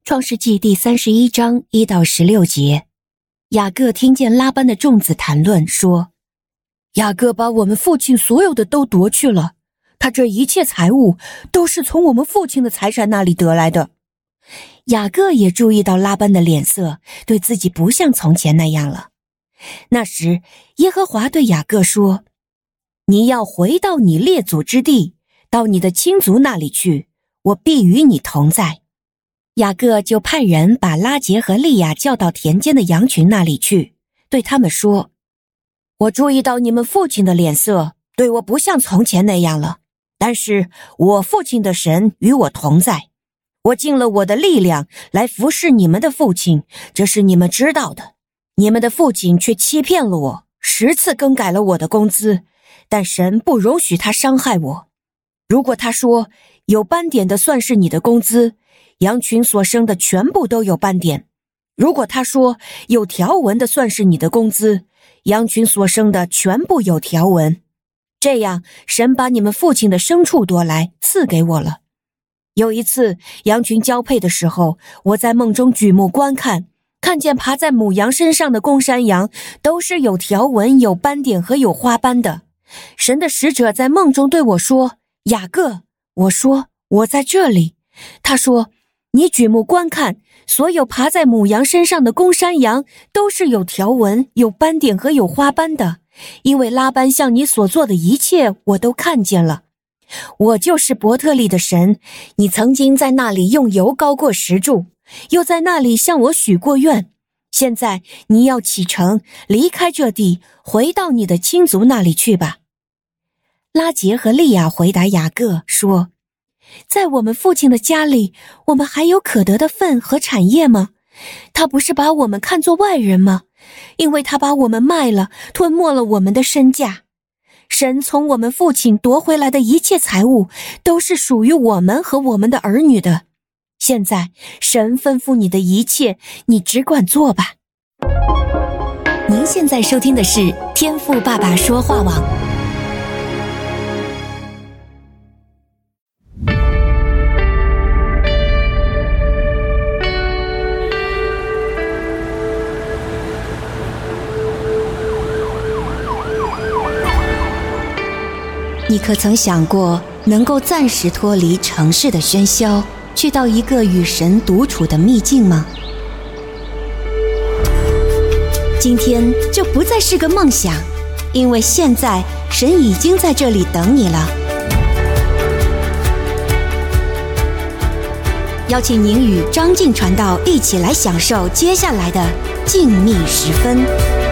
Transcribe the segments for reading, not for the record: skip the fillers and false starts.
创世纪第31章1到16节，雅各听见拉班的众子谈论，说：雅各把我们父亲所有的都夺去了，他这一切财物都是从我们父亲的财产那里得来的。雅各也注意到拉班的脸色对自己不像从前那样了。那时耶和华对雅各说：你要回到你列祖之地，到你的亲族那里去，我必与你同在。雅各就派人把拉结和利亚叫到田间的羊群那里去，对他们说：我注意到你们父亲的脸色对我不像从前那样了，但是我父亲的神与我同在，我尽了我的力量来服侍你们的父亲，这是你们知道的。你们的父亲却欺骗了我，10次更改了我的工资，但神不容许他伤害我。如果他说有斑点的算是你的工资，羊群所生的全部都有斑点；如果他说有条纹的算是你的工资，羊群所生的全部有条纹。这样神把你们父亲的牲畜夺来赐给我了。有一次羊群交配的时候，我在梦中举目观看，看见爬在母羊身上的公山羊都是有条纹、有斑点和有花斑的。神的使者在梦中对我说：雅各。我说：我在这里。他说：你举目观看，所有爬在母羊身上的公山羊都是有条纹、有斑点和有花斑的，因为拉班向你所做的一切我都看见了。我就是伯特利的神，你曾经在那里用油膏过石柱，又在那里向我许过愿。现在你要启程，离开这地，回到你的亲族那里去吧。拉结和利亚回答雅各说：在我们父亲的家里，我们还有可得的份和产业吗？他不是把我们看作外人吗？因为他把我们卖了，吞没了我们的身价。神从我们父亲夺回来的一切财物，都是属于我们和我们的儿女的。现在神吩咐你的一切，你只管做吧。您现在收听的是天父爸爸说话网。你可曾想过能够暂时脱离城市的喧嚣，去到一个与神独处的秘境吗？今天这不再是个梦想，因为现在神已经在这里等你了。邀请您与张晋传道一起来享受接下来的静谧时分。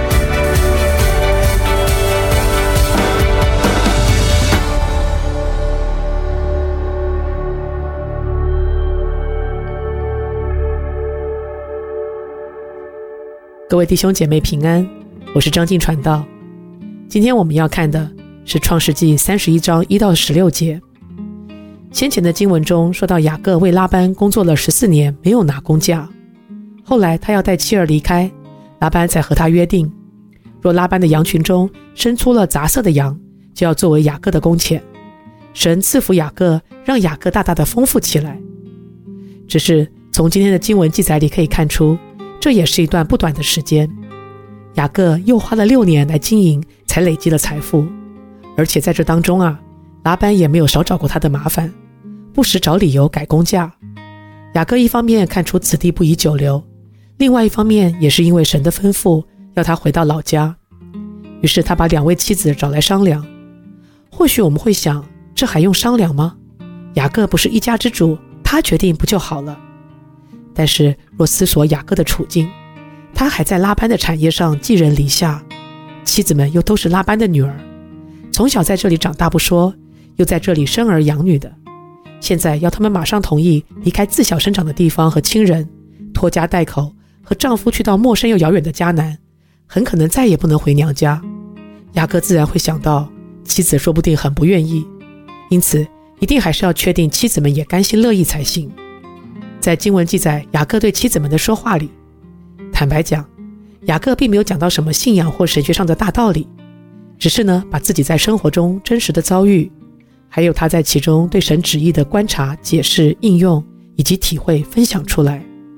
各位弟兄姐妹平安，我是张晋传道。今天我们要看的是创世纪31章1到16节。先前的经文中说到雅各为拉班工作了14年，没有拿工价。后来他要带妻儿离开，拉班才和他约定，若拉班的羊群中生出了杂色的羊，就要作为雅各的工钱。神赐福雅各，让雅各大大的丰富起来。只是从今天的经文记载里可以看出，这也是一段不短的时间。雅各又花了6年来经营，才累积了财富。而且在这当中拉班也没有少找过他的麻烦，不时找理由改工价。雅各一方面看出此地不宜久留，另外一方面也是因为神的吩咐要他回到老家。于是他把2位妻子找来商量。或许我们会想，这还用商量吗？雅各不是一家之主，他决定不就好了？但是若思索雅各的处境，他还在拉班的产业上寄人篱下，妻子们又都是拉班的女儿，从小在这里长大不说，又在这里生儿养女的，现在要他们马上同意离开自小生长的地方和亲人，拖家带口和丈夫去到陌生又遥远的迦南，很可能再也不能回娘家。雅各自然会想到妻子说不定很不愿意，因此一定还是要确定妻子们也甘心乐意才行。在经文记载雅各对妻子们的说话里，坦白讲，雅各并没有讲到什么信仰或神学上的大道理，只是把自己在生活中真实的遭遇，还有他在其中对神旨意的观察、解释、应用以及体会分享出来。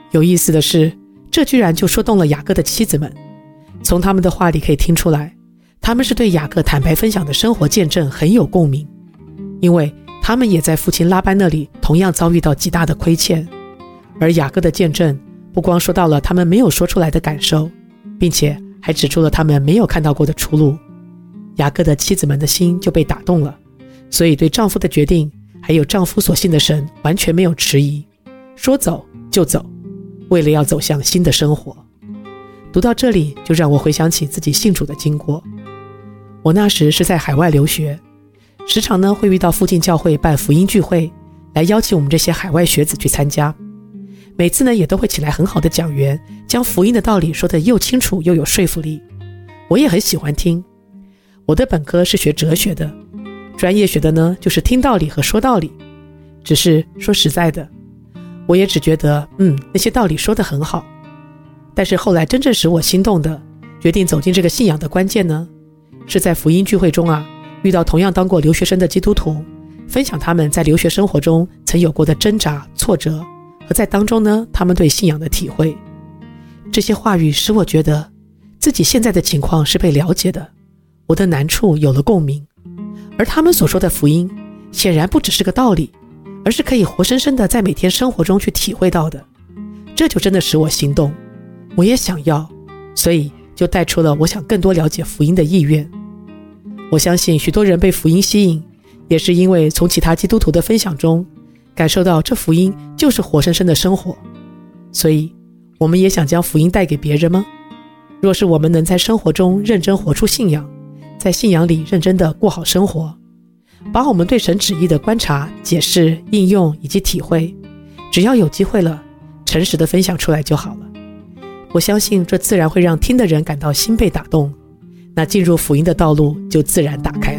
有意思的是，这居然就说动了雅各的妻子们。从他们的话里可以听出来，他们是对雅各坦白分享的生活见证很有共鸣，因为他们也在父亲拉班那里同样遭遇到极大的亏欠。而雅各的见证不光说到了他们没有说出来的感受，并且还指出了他们没有看到过的出路。雅各的妻子们的心就被打动了，所以对丈夫的决定还有丈夫所信的神完全没有迟疑，说走就走，为了要走向新的生活。读到这里，就让我回想起自己信主的经过。我那时是在海外留学，时常呢会遇到附近教会办福音聚会，来邀请我们这些海外学子去参加。每次呢也都会请来很好的讲员，将福音的道理说得又清楚又有说服力。我也很喜欢听。我的本科是学哲学的，专业学的呢就是听道理和说道理。只是说实在的，我也只觉得那些道理说得很好。但是后来真正使我心动的，决定走进这个信仰的关键呢，是在福音聚会中遇到同样当过留学生的基督徒，分享他们在留学生活中曾有过的挣扎、挫折，和在当中呢他们对信仰的体会。这些话语使我觉得自己现在的情况是被了解的，我的难处有了共鸣。而他们所说的福音显然不只是个道理，而是可以活生生的在每天生活中去体会到的。这就真的使我心动，我也想要，所以就带出了我想更多了解福音的意愿。我相信许多人被福音吸引，也是因为从其他基督徒的分享中感受到这福音就是活生生的生活。所以我们也想将福音带给别人吗？若是我们能在生活中认真活出信仰，在信仰里认真的过好生活，把我们对神旨意的观察、解释、应用以及体会，只要有机会了，诚实的分享出来就好了。我相信这自然会让听的人感到心被打动，那进入福音的道路就自然打开。